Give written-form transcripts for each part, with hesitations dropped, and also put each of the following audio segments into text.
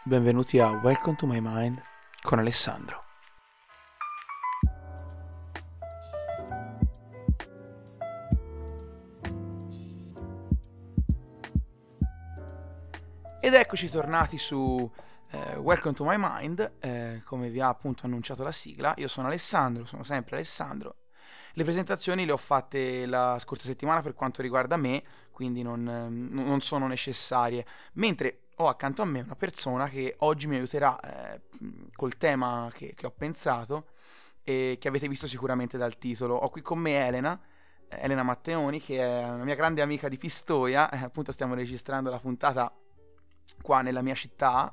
Benvenuti a Welcome to My Mind con Alessandro. Ed eccoci tornati su Welcome to My Mind, come vi ha appunto annunciato la sigla. Io sono Alessandro, sono sempre Alessandro. Le presentazioni le ho fatte la scorsa settimana per quanto riguarda me, quindi non sono necessarie, mentre ho accanto a me una persona che oggi mi aiuterà col tema che ho pensato e che avete visto sicuramente dal titolo. Ho qui con me Elena Matteoni, che è una mia grande amica di Pistoia, appunto stiamo registrando la puntata qua nella mia città.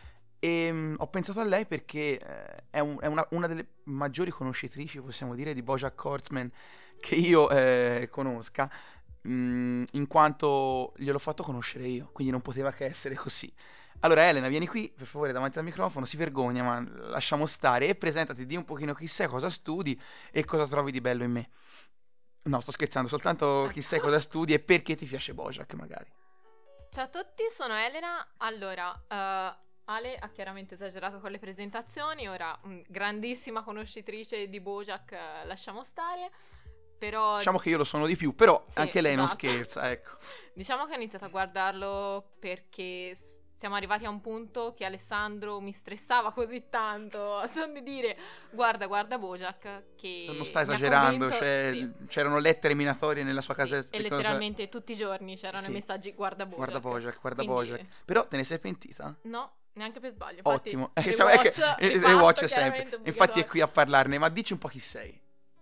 E ho pensato a lei perché è una delle maggiori conoscitrici, possiamo dire, di BoJack Horseman che io conosca, in quanto gliel'ho fatto conoscere io, quindi non poteva che essere così. Allora Elena, vieni qui per favore davanti al microfono, si vergogna ma lasciamo stare, e presentati, di un pochino chi sei, cosa studi e cosa trovi di bello in me. No, sto scherzando, soltanto chi sei, cosa studi e perché ti piace BoJack magari. Ciao a tutti, sono Elena. Allora, Ale ha chiaramente esagerato con le presentazioni, ora grandissima conoscitrice di BoJack, lasciamo stare, però... Diciamo che io lo sono di più, però Sì, anche lei non esatto. scherza, ecco. Diciamo che ho iniziato a guardarlo perché siamo arrivati a un punto che Alessandro mi stressava così tanto, son di dire guarda BoJack, che Non sta mi ha esagerando, convinto, sì. c'erano lettere minatorie nella sua Sì, casa. e letteralmente tutti i giorni c'erano Sì. i messaggi guarda BoJack. Guarda Quindi, BoJack. Però te ne sei pentita? No, neanche per sbaglio. Infatti, Ottimo. rewatch Rewatch sempre. Infatti è qui a parlarne, ma dici un po' chi sei.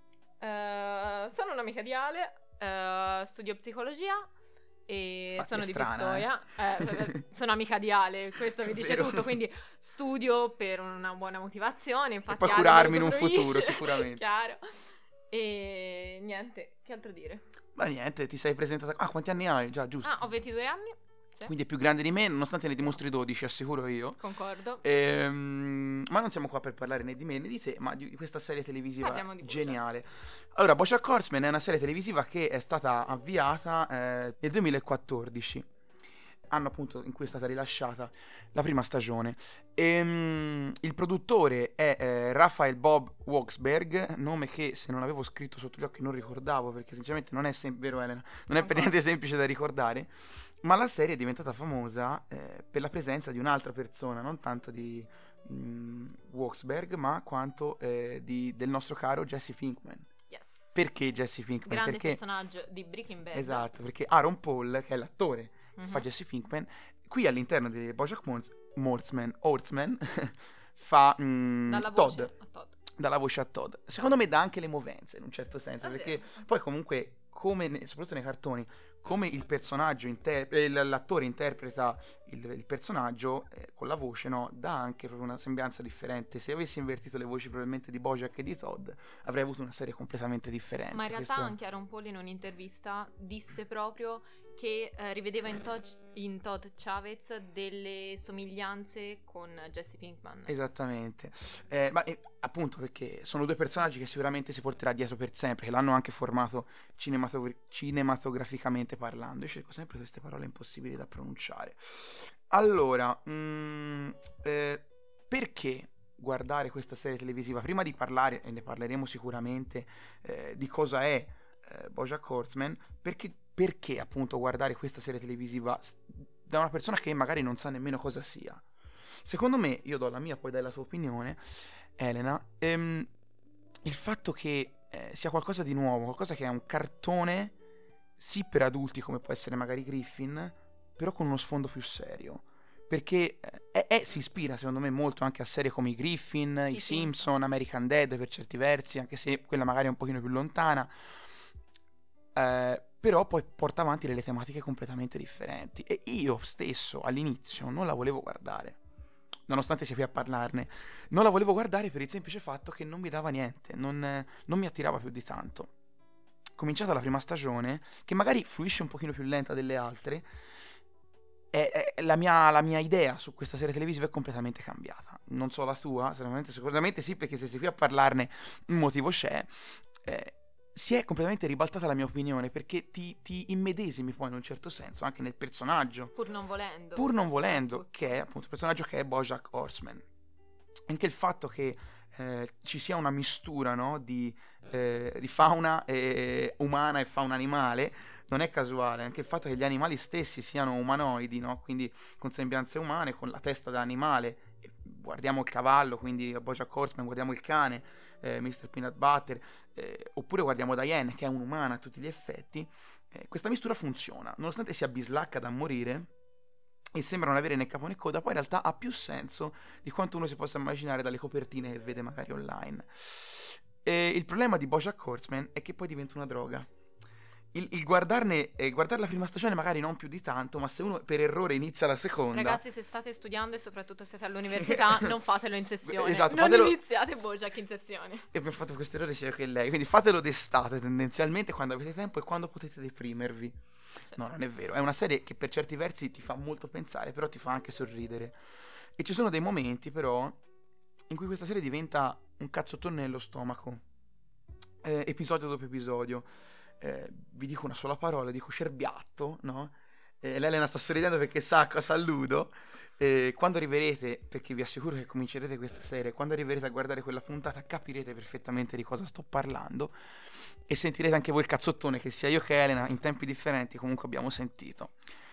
Sono un'amica di Ale, studio psicologia e Infatti sono è di strana, Pistoia. Sono amica di Ale, questo vi dice Vero. tutto, quindi studio per una buona motivazione, infatti poi Ale curarmi ne in un usufruisce, futuro, sicuramente. Chiaro. E niente, che altro dire? Ma niente, ti sei presentata. Ah, quanti anni hai? Già, giusto. Ho 22 anni, sì. Quindi è più grande di me, nonostante ne dimostri 12, assicuro io. Concordo. Ma non siamo qua per parlare né di me né di te, ma di questa serie televisiva Parliamo di BoJack. geniale. Allora, BoJack Horseman è una serie televisiva che è stata avviata nel 2014, anno appunto in cui è stata rilasciata la prima stagione. Il produttore è Raphael Bob Waksberg, nome che se non avevo scritto sotto gli occhi non ricordavo, perché sinceramente non è vero Elena, non è per niente semplice da ricordare. Ma la serie è diventata famosa per la presenza di un'altra persona, non tanto di Waksberg, ma quanto del nostro caro Jesse Pinkman. Yes. Perché Jesse Pinkman? Grande Perché, personaggio di Breaking Bad. esatto, perché Aaron Paul, che è l'attore che fa Mhm. Jesse Pinkman, qui all'interno di BoJack Horseman fa Dalla Todd. voce a Todd. Dalla voce a Todd. Secondo me dà anche le movenze in un certo senso, È perché vero. poi comunque, soprattutto nei cartoni, come il personaggio l'attore interpreta il personaggio con la voce, no, dà anche proprio una sembianza differente. Se avessi invertito le voci probabilmente di BoJack e di Todd, avrei avuto una serie completamente differente. Ma in realtà Questo- anche Aaron Paul in un'intervista disse proprio che rivedeva in Todd Chavez delle somiglianze con Jesse Pinkman. Esattamente. Appunto perché sono due personaggi che sicuramente si porterà dietro per sempre, che l'hanno anche formato cinematograficamente parlando. Io cerco sempre queste parole impossibili da pronunciare. Allora, perché guardare questa serie televisiva? Prima di parlare, e ne parleremo sicuramente, di cosa è BoJack Horseman, perché appunto guardare questa serie televisiva da una persona che magari non sa nemmeno cosa sia? Secondo me, io do la mia, poi dai la tua opinione, Elena, il fatto che sia qualcosa di nuovo, qualcosa che è un cartone, sì per adulti come può essere magari Griffin, però con uno sfondo più serio. Perché si ispira secondo me molto anche a serie come i Griffin, i Simpson, American Dad per certi versi, anche se quella magari è un pochino più lontana. Però poi porta avanti delle tematiche completamente differenti. E io stesso all'inizio non la volevo guardare, nonostante sia qui a parlarne. Non la volevo guardare per il semplice fatto che non mi dava niente, non mi attirava più di tanto. Cominciata la prima stagione, che magari fluisce un pochino più lenta delle altre, la mia idea su questa serie televisiva è completamente cambiata. Non so la tua, sicuramente sì, perché se sei qui a parlarne un motivo c'è. si è completamente ribaltata la mia opinione, perché ti immedesimi poi in un certo senso anche nel personaggio, Pur non volendo. che è appunto il personaggio che è BoJack Horseman. Anche il fatto che ci sia una mistura, no, di fauna umana e fauna animale non è casuale. Anche il fatto che gli animali stessi siano umanoidi, no, quindi con sembianze umane, con la testa da animale. Guardiamo il cavallo, quindi BoJack Horseman, guardiamo il cane, Mr. Peanut Butter, oppure guardiamo Diane, che è un'umana a tutti gli effetti. Questa mistura funziona, nonostante sia bislacca da morire e sembra non avere né capo né coda, poi in realtà ha più senso di quanto uno si possa immaginare dalle copertine che vede magari online. Il problema di BoJack Horseman è che poi diventa una droga. Il guardare la prima stagione magari non più di tanto, ma se uno per errore inizia la seconda... Ragazzi, se state studiando e soprattutto siete all'università, non fatelo in sessione. Esatto, non fatelo... iniziate BoJack in sessione. E abbiamo fatto questo errore sia che lei, quindi fatelo d'estate tendenzialmente, quando avete tempo e quando potete deprimervi. No, non è vero, è una serie che per certi versi ti fa molto pensare, però ti fa anche sorridere. E ci sono dei momenti però in cui questa serie diventa un cazzottone nello stomaco, episodio dopo episodio. Vi dico una sola parola, dico cerbiatto, no? L'Elena sta sorridendo perché sa a cosa alludo. Quando arriverete, perché vi assicuro che comincerete questa serie, quando arriverete a guardare quella puntata capirete perfettamente di cosa sto parlando e sentirete anche voi il cazzottone che sia io che Elena in tempi differenti comunque abbiamo sentito.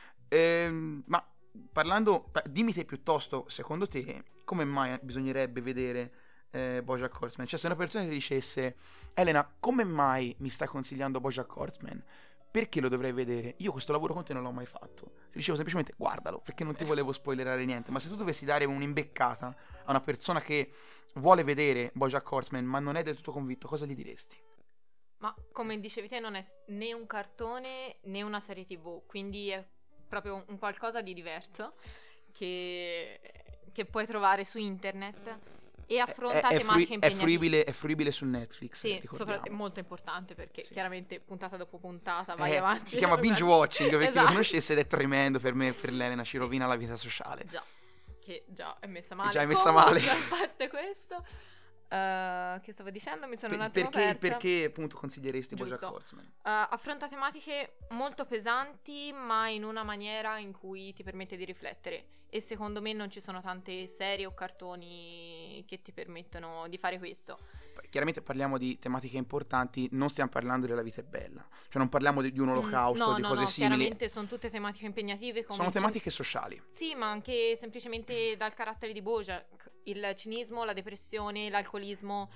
Ma parlando, dimmi te piuttosto, secondo te, come mai bisognerebbe vedere BoJack Horseman? Cioè, se una persona ti dicesse: Elena, come mai mi stai consigliando BoJack Horseman? Perché lo dovrei vedere? Io questo lavoro con te non l'ho mai fatto. Ti dicevo semplicemente guardalo, perché non ti volevo spoilerare niente. Ma se tu dovessi dare un'imbeccata a una persona che vuole vedere BoJack Horseman ma non è del tutto convinto, cosa gli diresti? Ma come dicevi te, non è né un cartone né una serie TV, quindi è proprio un qualcosa di diverso che puoi trovare su internet e affronta tematiche impegnative. È fruibile su Netflix. Sì, è molto importante perché sì, chiaramente puntata dopo puntata vai avanti. Si chiama binge watching, per chi esatto. lo conoscesse, ed è tremendo per me e per l'Elena, ci rovina la vita sociale. Già, che già è messa male. Già è messa male. A parte questo, che stavo dicendo, mi sono un attimo persa. Perché appunto consiglieresti BoJack Horseman? Affronta tematiche molto pesanti, ma in una maniera in cui ti permette di riflettere. E secondo me non ci sono tante serie o cartoni che ti permettono di fare questo. Chiaramente parliamo di tematiche importanti, non stiamo parlando della vita è bella, cioè non parliamo di un olocausto, di cose simili. Chiaramente sono tutte tematiche impegnative. Sono tematiche sociali. Sì, ma anche semplicemente dal carattere di BoJack, il cinismo, la depressione, l'alcolismo,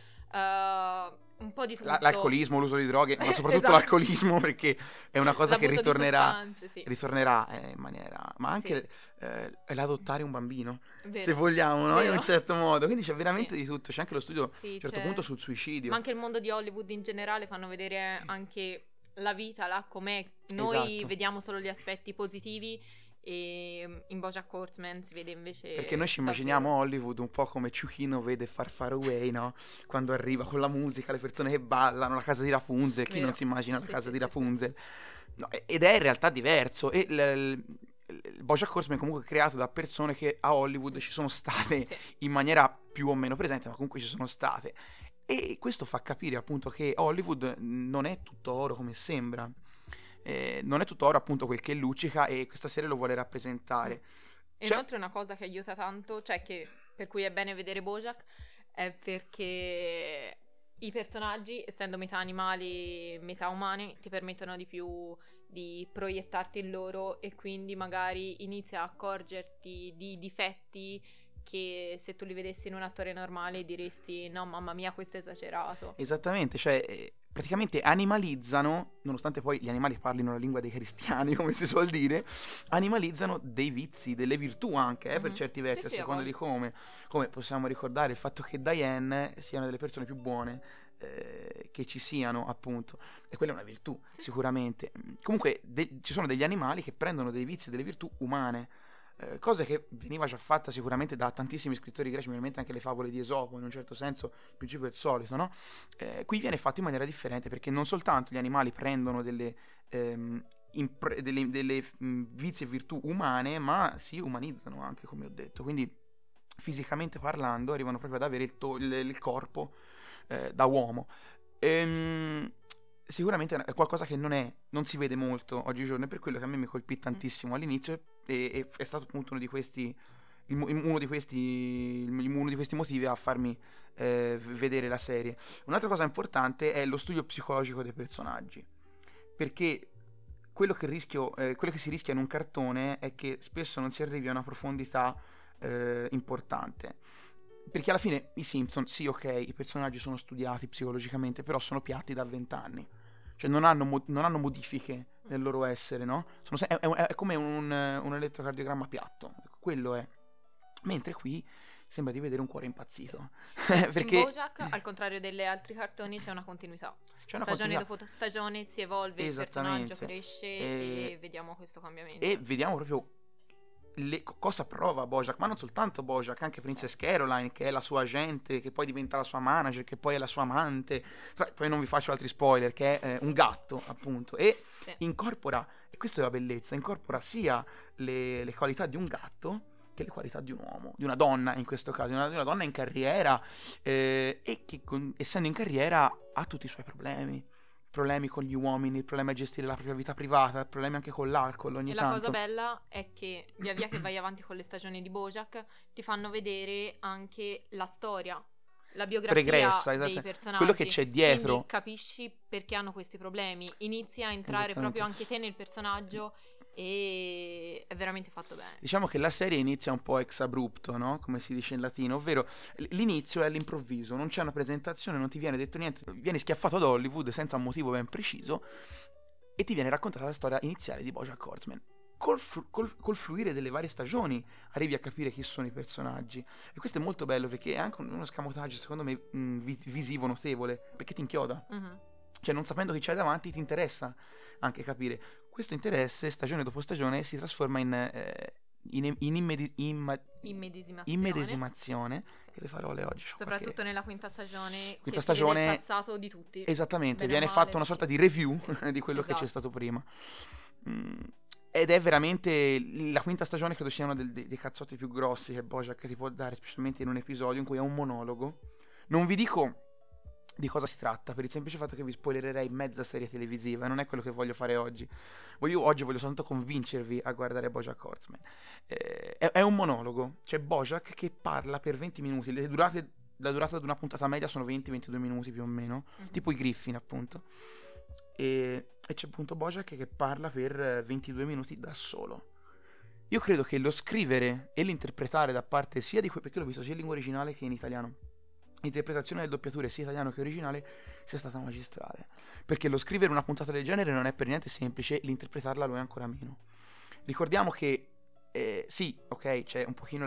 un po' di tutto. L'alcolismo, l'uso di droghe, ma soprattutto esatto. l'alcolismo, perché è una cosa L'abuso che ritornerà, di sostanze, sì. ritornerà in maniera... Ma anche l'adottare un bambino, Vero. se vogliamo, no? Vero. In un certo modo. Quindi c'è veramente di tutto, c'è anche lo studio a un certo c'è... punto sul suicidio. Ma anche il mondo di Hollywood in generale fanno vedere anche la vita là com'è. Noi esatto. Vediamo solo gli aspetti positivi e in BoJack Horseman si vede invece... Perché noi ci immaginiamo Hollywood un po' come Ciuchino vede Far Away, no? Quando arriva con la musica, le persone che ballano, la casa di Rapunzel, chi non si immagina la casa di Rapunzel? No, ed è in realtà diverso. E il BoJack Horseman è comunque creato da persone che a Hollywood ci sono state in maniera più o meno presente, ma comunque ci sono state. E questo fa capire appunto che Hollywood non è tutto oro come sembra. Non è tutto oro appunto quel che luccica, e questa serie lo vuole rappresentare. E inoltre una cosa che aiuta tanto, cioè che per cui è bene vedere BoJack, è perché i personaggi, essendo metà animali metà umani, ti permettono di più di proiettarti in loro, e quindi magari inizi a accorgerti di difetti che se tu li vedessi in un attore normale diresti: no, mamma mia, questo è esagerato. Esattamente, cioè praticamente animalizzano, nonostante poi gli animali parlino la lingua dei cristiani, come si suol dire, animalizzano dei vizi, delle virtù anche, per certi versi, a seconda di come possiamo ricordare il fatto che Diane sia una delle persone più buone che ci siano, appunto, e quella è una virtù, sicuramente. Comunque ci sono degli animali che prendono dei vizi e delle virtù umane, cosa che veniva già fatta sicuramente da tantissimi scrittori greci, ovviamente anche le favole di Esopo, in un certo senso il principio è il solito, no? Qui viene fatto in maniera differente, perché non soltanto gli animali prendono delle vizi e virtù umane, ma si umanizzano anche, come ho detto, quindi fisicamente parlando arrivano proprio ad avere il corpo da uomo. sicuramente è qualcosa che non si vede molto oggigiorno, e per quello che a me mi colpì tantissimo all'inizio, e è stato appunto uno di questi uno di questi motivi a farmi vedere la serie. Un'altra cosa importante è lo studio psicologico dei personaggi, perché quello che si rischia in un cartone è che spesso non si arrivi a una profondità importante. Perché alla fine i Simpson, sì, ok, i personaggi sono studiati psicologicamente, però sono piatti da 20 anni. Cioè non hanno modifiche nel loro essere, no? È come un elettrocardiogramma piatto. Quello è. Mentre qui sembra di vedere un cuore impazzito. Perché in BoJack, al contrario degli altri cartoni, c'è una continuità. c'è una Stagione continuità. dopo stagione si evolve, il personaggio Esattamente. cresce E- e vediamo questo cambiamento. E vediamo proprio cosa prova BoJack, ma non soltanto BoJack, anche Princess Caroline, che è la sua agente, che poi diventa la sua manager, che poi è la sua amante. Poi non vi faccio altri spoiler, che è un gatto, appunto, e Sì. incorpora, e questa è la bellezza, incorpora sia le qualità di un gatto che le qualità di un uomo, di una donna in questo caso, di una donna in carriera, e che essendo in carriera ha tutti i suoi problemi con gli uomini, il problema è gestire la propria vita privata, problemi anche con l'alcol ogni E la tanto. cosa bella è che via via che vai avanti con le stagioni di BoJack ti fanno vedere anche la storia, la biografia Pregressa, dei esatto. personaggi. Quello che c'è dietro. Quindi capisci perché hanno questi problemi, inizi a entrare Esattamente. proprio anche te nel personaggio e è veramente fatto bene. Diciamo che la serie inizia un po' ex abrupto, no? Come si dice in latino, ovvero l'inizio è all'improvviso, non c'è una presentazione, non ti viene detto niente, vieni schiaffato ad Hollywood senza un motivo ben preciso e ti viene raccontata la storia iniziale di BoJack Horseman. Col fluire delle varie stagioni arrivi a capire chi sono i personaggi, e questo è molto bello perché è anche uno scamotaggio secondo me visivo notevole, perché ti inchioda. Mhm. Cioè, non sapendo chi c'hai davanti, ti interessa anche capire. Questo interesse, stagione dopo stagione, si trasforma in Immedesimazione. immedesimazione. Che le parole oggi c'ho Soprattutto qualche- nella quinta stagione, Quinta che stagione- si vede il passato di tutti. Esattamente, Bene o viene male, fatta una sorta di perché- review di quello che c'è Esatto. stato prima. Ed è veramente la quinta stagione, credo sia uno dei cazzotti più grossi che BoJack ti può dare, specialmente in un episodio in cui è un monologo. Non vi dico di cosa si tratta, per il semplice fatto che vi spoilererei mezza serie televisiva, e non è quello che voglio fare oggi. Oggi voglio soltanto convincervi a guardare BoJack Horseman. È un monologo, c'è BoJack che parla per 20 minuti, la durata di una puntata media sono 20-22 minuti più o meno, Mhm. tipo i Griffin appunto. E c'è appunto BoJack che parla per 22 minuti da solo. Io credo che lo scrivere e l'interpretare da parte sia perché l'ho visto sia in lingua originale che in italiano, l'interpretazione del doppiatore sia italiano che originale sia stata magistrale, perché lo scrivere una puntata del genere non è per niente semplice, l'interpretarla lo è ancora meno. Ricordiamo che sì, ok, c'è un pochino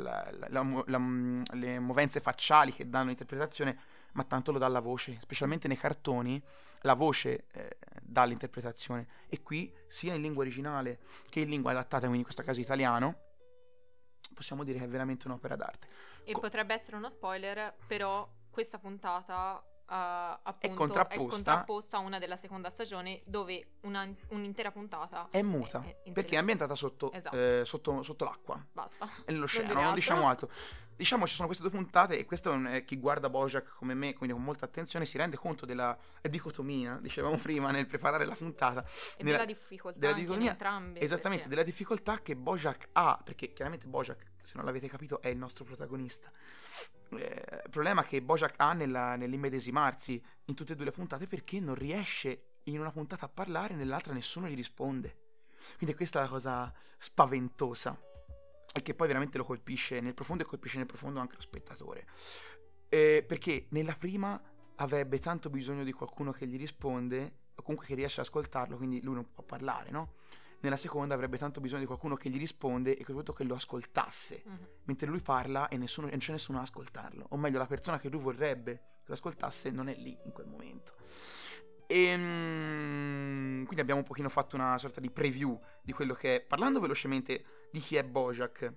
le movenze facciali che danno l'interpretazione, ma tanto lo dà la voce, specialmente nei cartoni la voce dà l'interpretazione, e qui sia in lingua originale che in lingua adattata, quindi in questo caso italiano, possiamo dire che è veramente un'opera d'arte. E potrebbe essere uno spoiler, però questa puntata appunto È contrapposta a una della seconda stagione, dove un'intera puntata È muta, in perché è ambientata sotto, Esatto. sotto l'acqua, Basta. nell'oceano, dire non altro. diciamo altro. Diciamo ci sono queste due puntate, e questo chi guarda BoJack come me, quindi con molta attenzione, si rende conto della dicotomia, dicevamo prima nel preparare la puntata, E nella- della difficoltà della anche in dicotomia, entrambe. esattamente, perché- della difficoltà che BoJack ha, perché chiaramente BoJack, se non l'avete capito, è il nostro protagonista. Il problema che BoJack ha nell'immedesimarsi in tutte e due le puntate, perché non riesce in una puntata a parlare e nell'altra nessuno gli risponde. Quindi questa è la cosa spaventosa, e che poi veramente lo colpisce nel profondo, e colpisce nel profondo anche lo spettatore, perché nella prima avrebbe tanto bisogno di qualcuno che gli risponde, o comunque che riesce ad ascoltarlo, quindi lui non può parlare, no? Nella seconda avrebbe tanto bisogno di qualcuno che gli risponde e soprattutto che lo ascoltasse, Mhm. mentre lui parla e non c'è nessuno ad ascoltarlo, o meglio la persona che lui vorrebbe che lo ascoltasse non è lì in quel momento. Quindi abbiamo un pochino fatto una sorta di preview di quello che è, parlando velocemente di chi è BoJack.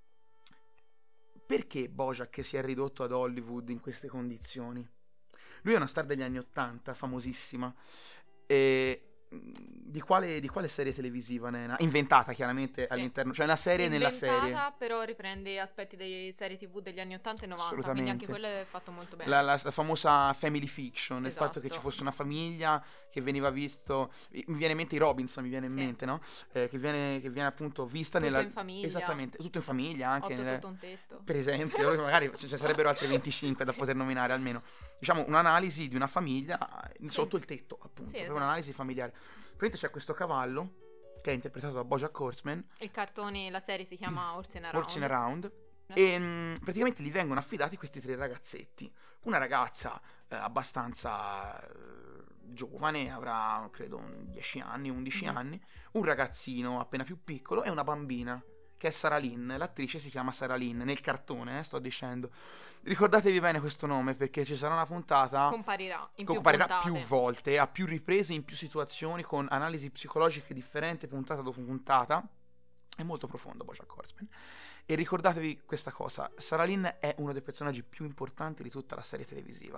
Perché BoJack si è ridotto ad Hollywood in queste condizioni? Lui è una star degli anni 80, famosissima, e di quale serie televisiva, Nena? Inventata chiaramente Sì. all'interno, cioè una serie nella serie. Inventata, però riprende aspetti delle serie TV degli anni 80 e 90, quindi anche Assolutamente. quello è fatto molto bene. La famosa family fiction, il fatto che ci Esatto. fosse una famiglia che veniva visto, mi viene in mente i Robinson, mi viene in Sì. mente, no? Che viene appunto vista Tutto nella... in famiglia. Esattamente, tutto in famiglia, anche 8 sotto un tetto. per esempio, magari ce ne sarebbero altre 25 da Sì. poter nominare almeno. Diciamo un'analisi di una famiglia sotto il tetto, appunto, Sì, proprio esatto. un'analisi familiare. Praticamente c'è questo cavallo che è interpretato da Bojack Horseman, Il cartone, la serie si chiama Horse and Around, e praticamente gli vengono affidati questi 3 ragazzetti. Una ragazza abbastanza giovane, avrà credo 10 anni, 11 anni, un ragazzino appena più piccolo e una bambina che è Sarah Lynn. L'attrice si chiama Sarah Lynn nel cartone, sto dicendo. Ricordatevi bene questo nome perché ci sarà una puntata comparirà in comparirà più più puntate. volte, a più riprese, in più situazioni, con analisi psicologiche differenti, puntata dopo puntata. È molto profondo Bojack Horseman. E ricordatevi questa cosa: Sarah Lynn è uno dei personaggi più importanti di tutta la serie televisiva.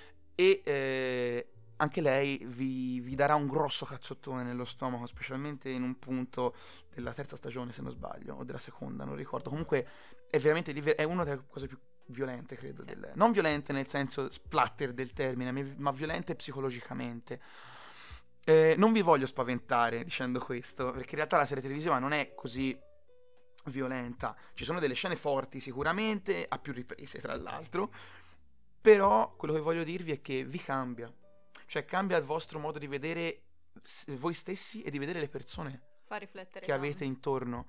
E anche lei vi darà un grosso cazzottone nello stomaco, specialmente in un punto della 3ª stagione, se non sbaglio, o della 2ª, non ricordo. Comunque è veramente è una delle cose più violente, credo. Sì. Non violente nel senso splatter del termine, ma violente psicologicamente. Non vi voglio spaventare dicendo questo, perché in realtà la serie televisiva non è così violenta. Ci sono delle scene forti sicuramente, a più riprese tra l'altro, però quello che voglio dirvi è che vi cambia. Cioè cambia il vostro modo di vedere voi stessi e di vedere le persone Fa riflettere che avete tanto. intorno,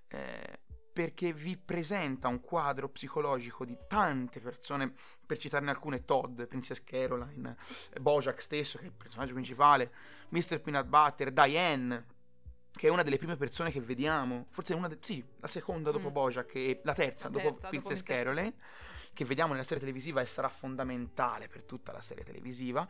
perché vi presenta un quadro psicologico di tante persone, per citarne alcune: Todd, Princess Caroline, Bojack stesso che è il personaggio principale, Mr. Peanut Butter, Diane che è una delle prime persone che vediamo, forse la seconda dopo Bojack e la terza dopo Princess Caroline, che vediamo nella serie televisiva e sarà fondamentale per tutta la serie televisiva.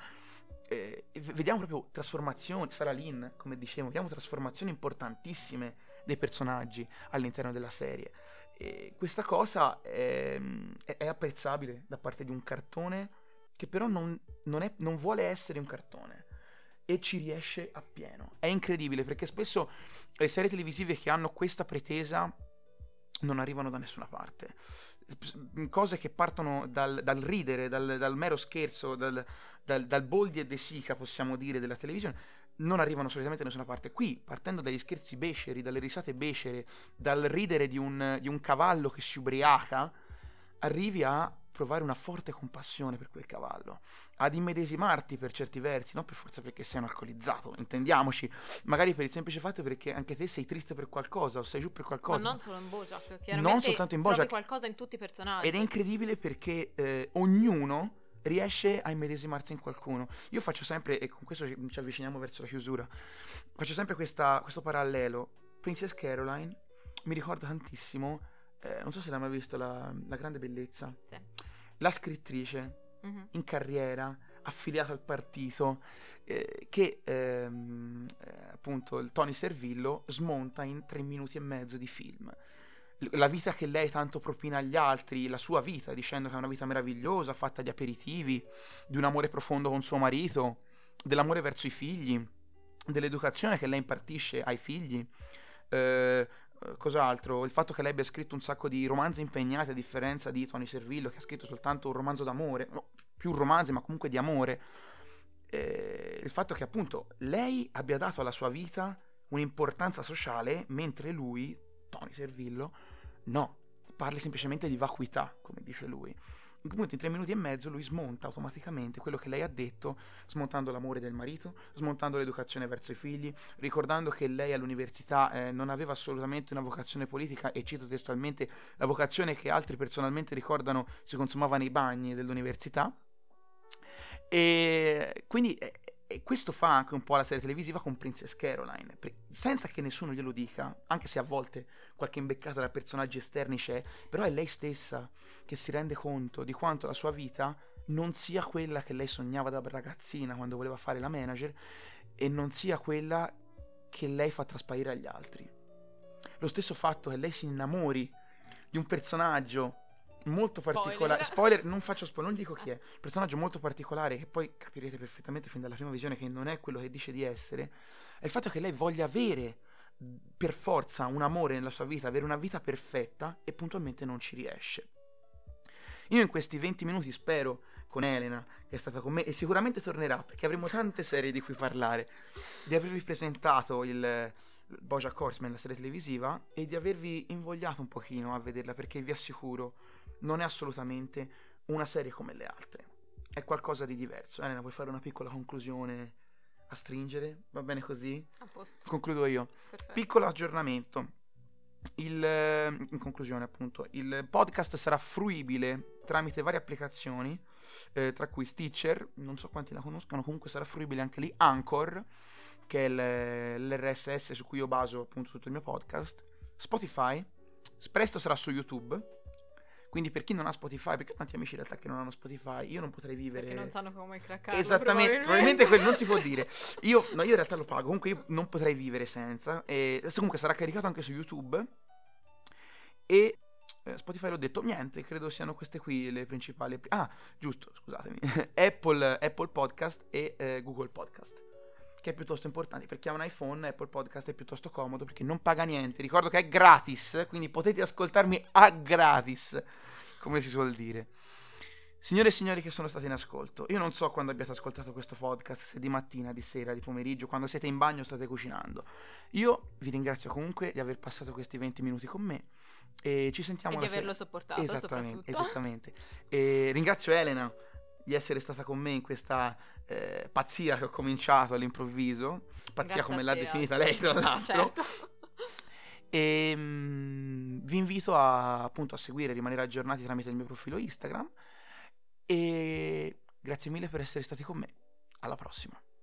Vediamo proprio trasformazioni, Sarah Lynn, come dicevo, vediamo trasformazioni importantissime dei personaggi all'interno della serie. E questa cosa è apprezzabile da parte di un cartone che però non vuole essere un cartone e ci riesce appieno. È incredibile perché spesso le serie televisive che hanno questa pretesa non arrivano da nessuna parte. Cose che partono dal ridere, dal mero scherzo, dal boldi e de sica, possiamo dire, della televisione, non arrivano solitamente da nessuna parte. Qui, partendo dagli scherzi beceri, dalle risate becere, dal ridere di un cavallo che si ubriaca, arrivi a provare una forte compassione per quel cavallo, ad immedesimarti per certi versi, non per forza perché sei un alcolizzato, intendiamoci, magari per il semplice fatto perché anche te sei triste per qualcosa o sei giù per qualcosa. Ma non solo in Bojack, chiaramente non soltanto in Bojack, trovi qualcosa in tutti i personaggi. ed è incredibile perché ognuno riesce a immedesimarsi in qualcuno. Io faccio sempre, e con questo ci avviciniamo verso la chiusura, faccio sempre questo parallelo. Princess Caroline mi ricorda tantissimo, non so se l'hai mai visto, la grande bellezza. Sì. La scrittrice in carriera, affiliata al partito, che appunto il Tony Servillo smonta in 3 minuti e mezzo di film. La vita che lei tanto propina agli altri, la sua vita, dicendo che è una vita meravigliosa, fatta di aperitivi, di un amore profondo con suo marito, dell'amore verso i figli, dell'educazione che lei impartisce ai figli. Cos'altro? Il fatto che lei abbia scritto un sacco di romanzi impegnati, a differenza di Tony Servillo che ha scritto soltanto un romanzo d'amore, no, più romanzi ma comunque di amore. Il fatto che appunto lei abbia dato alla sua vita un'importanza sociale, mentre lui, Tony Servillo, no, parli semplicemente di vacuità, come dice lui. In 3 minuti e mezzo lui smonta automaticamente quello che lei ha detto, smontando l'amore del marito, smontando l'educazione verso i figli, ricordando che lei all'università non aveva assolutamente una vocazione politica, e cito testualmente: la vocazione che altri personalmente ricordano si consumava nei bagni dell'università. E quindi questo fa anche un po' la serie televisiva con Princess Caroline, senza che nessuno glielo dica, anche se a volte qualche imbeccata da personaggi esterni c'è, però è lei stessa che si rende conto di quanto la sua vita non sia quella che lei sognava da ragazzina quando voleva fare la manager, e non sia quella che lei fa trasparire agli altri. Lo stesso fatto che lei si innamori di un personaggio molto particolare. Spoiler, non faccio spoiler, non dico chi è. Personaggio molto particolare che poi capirete perfettamente fin dalla prima visione che non è quello che dice di essere. È il fatto che lei voglia avere per forza un amore nella sua vita, avere una vita perfetta e puntualmente non ci riesce. Io in questi 20 minuti spero, con Elena, che è stata con me e sicuramente tornerà perché avremo tante serie di cui parlare, di avervi presentato il BoJack Horseman, la serie televisiva, e di avervi invogliato un pochino a vederla, perché vi assicuro non è assolutamente una serie come le altre, è qualcosa di diverso. Elena, vuoi fare una piccola conclusione a stringere? Va bene così? A posto. Concludo io. Perfetto. Piccolo aggiornamento. In conclusione, appunto, il podcast sarà fruibile tramite varie applicazioni, tra cui Stitcher, non so quanti la conoscano, comunque sarà fruibile anche lì, Anchor, che è l'RSS su cui io baso appunto tutto il mio podcast, Spotify, presto sarà su YouTube. Quindi per chi non ha Spotify, perché ho tanti amici in realtà che non hanno Spotify, io non potrei vivere... Perché non sanno come craccarlo. Esattamente, probabilmente quello non si può dire. Io in realtà lo pago, comunque io non potrei vivere senza. E comunque sarà caricato anche su YouTube. E Spotify l'ho detto, niente, credo siano queste qui le principali... giusto, scusatemi. Apple Podcast e Google Podcast, che è piuttosto importante. Per chi ha un iPhone, Apple Podcast è piuttosto comodo perché non paga niente. Ricordo che è gratis, quindi potete ascoltarmi a gratis, come si suol dire. Signore e signori che sono stati in ascolto, io non so quando abbiate ascoltato questo podcast, se di mattina, di sera, di pomeriggio, quando siete in bagno o state cucinando. Io vi ringrazio comunque di aver passato questi 20 minuti con me e ci sentiamo e di averlo sopportato. Esattamente. E ringrazio Elena di essere stata con me in questa pazzia che ho cominciato all'improvviso, pazzia come l'ha definita lei tra l'altro. Certo. E vi invito appunto a seguire, rimanere aggiornati tramite il mio profilo Instagram, e grazie mille per essere stati con me. Alla prossima.